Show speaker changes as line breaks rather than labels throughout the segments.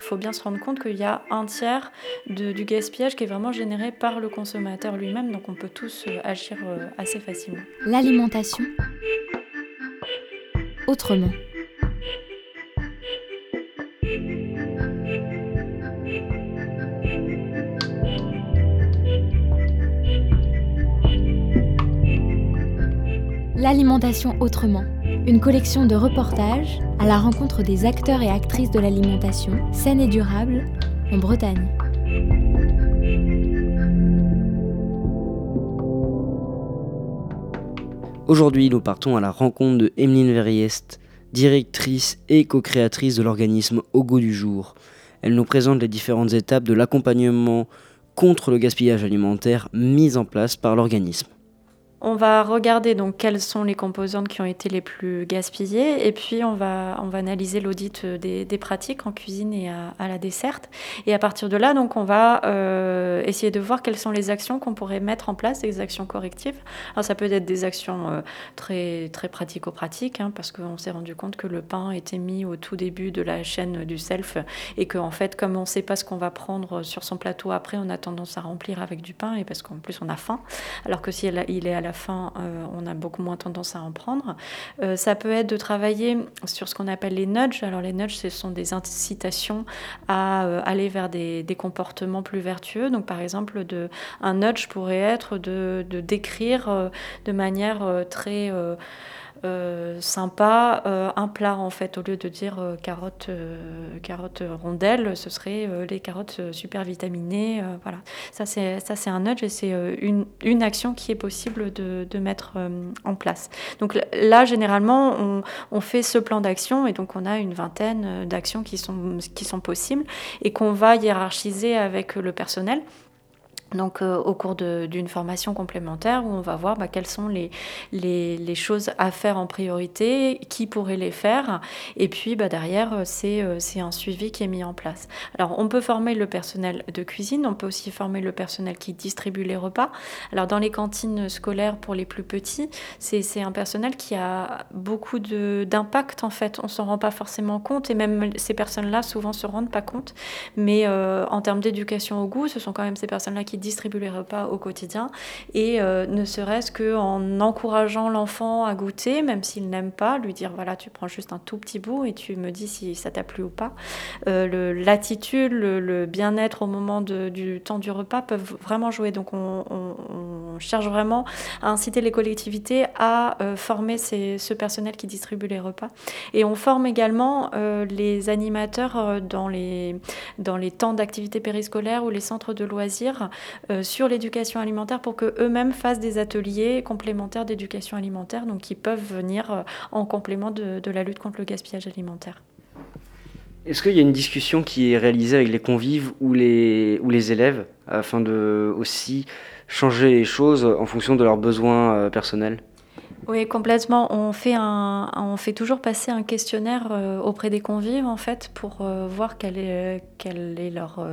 faut bien se rendre compte qu'il y a un tiers du gaspillage qui est vraiment généré par le consommateur lui-même, donc on peut tous agir assez facilement.
L'alimentation autrement. L'alimentation autrement. Une collection de reportages à la rencontre des acteurs et actrices de l'alimentation saine et durable en Bretagne.
Aujourd'hui, nous partons à la rencontre de Emeline Verriest, directrice et co-créatrice de l'organisme Au Goût du Jour. Elle nous présente les différentes étapes de l'accompagnement contre le gaspillage alimentaire mis en place par l'organisme.
On va regarder donc quelles sont les composantes qui ont été les plus gaspillées et puis on va analyser l'audit des pratiques en cuisine et à la desserte. Et à partir de là, donc, on va essayer de voir quelles sont les actions qu'on pourrait mettre en place, des actions correctives. Alors ça peut être des actions très, très pratico-pratiques, parce qu'on s'est rendu compte que le pain était mis au tout début de la chaîne du self et qu'en fait, comme on ne sait pas ce qu'on va prendre sur son plateau après, on a tendance à remplir avec du pain et parce qu'en plus on a faim. Alors que si il est à la fin, on a beaucoup moins tendance à en prendre. Ça peut être de travailler sur ce qu'on appelle les nudges. Alors les nudges, ce sont des incitations à aller vers des comportements plus vertueux. Donc par exemple, un nudge pourrait être de décrire de manière très sympa un plat en fait, au lieu de dire carottes rondelles, ce serait les carottes super vitaminées, voilà. Ça c'est un nudge et c'est une action qui est possible de mettre en place. Donc là généralement on fait ce plan d'action et donc on a une vingtaine d'actions qui sont possibles et qu'on va hiérarchiser avec le personnel. Donc au cours d'une formation complémentaire où on va voir quelles sont les choses à faire en priorité, qui pourrait les faire, et puis derrière c'est un suivi qui est mis en place. Alors on peut former le personnel de cuisine, on peut aussi former le personnel qui distribue les repas. Alors dans les cantines scolaires pour les plus petits, c'est un personnel qui a beaucoup d'impact en fait, on s'en rend pas forcément compte et même ces personnes-là souvent se rendent pas compte, mais en termes d'éducation au goût, ce sont quand même ces personnes-là qui distribue les repas au quotidien et ne serait-ce qu'en encourageant l'enfant à goûter, même s'il n'aime pas, lui dire voilà, tu prends juste un tout petit bout et tu me dis si ça t'a plu ou pas. L'attitude, le bien-être au moment du temps du repas peuvent vraiment jouer. Donc on cherche vraiment à inciter les collectivités à former ce personnel qui distribue les repas. Et on forme également les animateurs dans les temps d'activité périscolaire ou les centres de loisirs sur l'éducation alimentaire pour qu'eux-mêmes fassent des ateliers complémentaires d'éducation alimentaire, donc qui peuvent venir en complément de la lutte contre le gaspillage alimentaire.
Est-ce qu'il y a une discussion qui est réalisée avec les convives ou les élèves afin de aussi changer les choses en fonction de leurs besoins personnels ?
Oui, complètement. On fait toujours passer un questionnaire auprès des convives, en fait, pour voir quelle est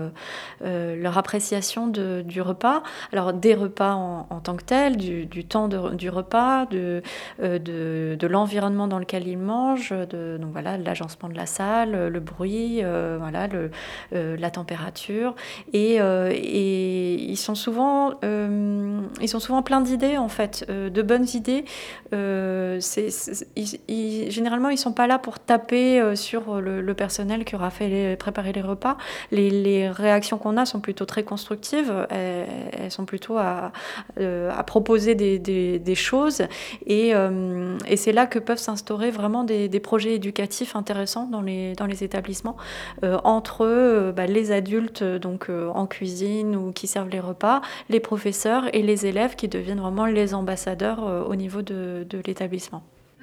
leur appréciation du repas. Alors, des repas en tant que tels, du temps du repas, de l'environnement dans lequel ils mangent, donc voilà, l'agencement de la salle, le bruit, voilà, la température. Et ils sont souvent pleins d'idées, en fait, de bonnes idées. Généralement, ils ne sont pas là pour taper sur le personnel qui aura préparé les repas. Les réactions qu'on a sont plutôt très constructives. Elles sont plutôt à proposer des choses. Et c'est là que peuvent s'instaurer vraiment des projets éducatifs intéressants dans les établissements entre les adultes donc, en cuisine ou qui servent les repas, les professeurs et les élèves qui deviennent vraiment les ambassadeurs au niveau de l'établissement.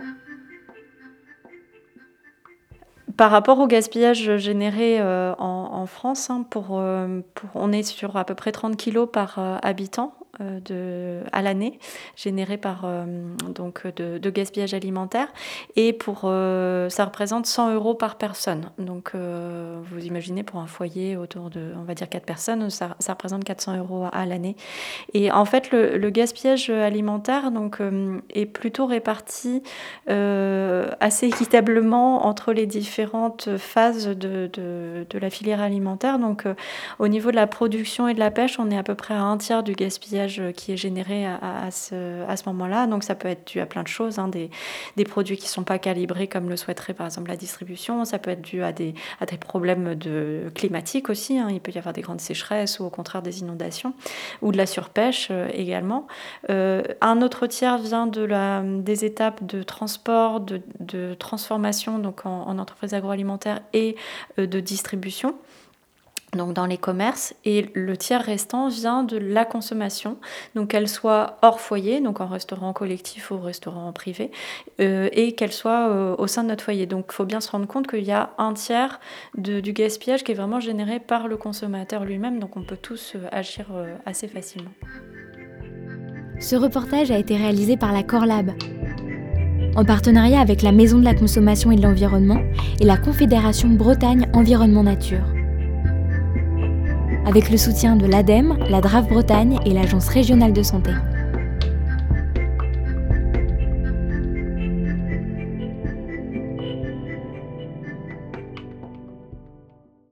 Par rapport au gaspillage généré en France, on est sur à peu près 30 kilos par habitant à l'année générés par de gaspillage alimentaire. Et ça représente 100 € par personne. Donc vous imaginez, pour un foyer autour de, on va dire, 4 personnes, ça représente 400 € à l'année. Et en fait, le gaspillage alimentaire est plutôt réparti assez équitablement entre les différentes phases de la filière alimentaire. Donc au niveau de la production et de la pêche, on est à peu près à un tiers du gaspillage qui est généré à ce moment-là. Donc ça peut être dû à plein de choses, des produits qui ne sont pas calibrés comme le souhaiterait par exemple la distribution. Ça peut être dû à des problèmes climatiques aussi. Il peut y avoir des grandes sécheresses ou au contraire des inondations ou de la surpêche également. Un autre tiers vient des étapes de transport, de transformation donc en entreprise agroalimentaire et de distribution, donc dans les commerces. Et le tiers restant vient de la consommation, donc qu'elle soit hors foyer, donc en restaurant collectif ou restaurant privé, et qu'elle soit au sein de notre foyer. Donc il faut bien se rendre compte qu'il y a un tiers du gaspillage qui est vraiment généré par le consommateur lui-même, donc on peut tous agir assez facilement.
Ce reportage a été réalisé par la Corlab, en partenariat avec la Maison de la Consommation et de l'Environnement et la Confédération Bretagne Environnement Nature, avec le soutien de l'ADEME, la DRAF Bretagne et l'Agence régionale de santé.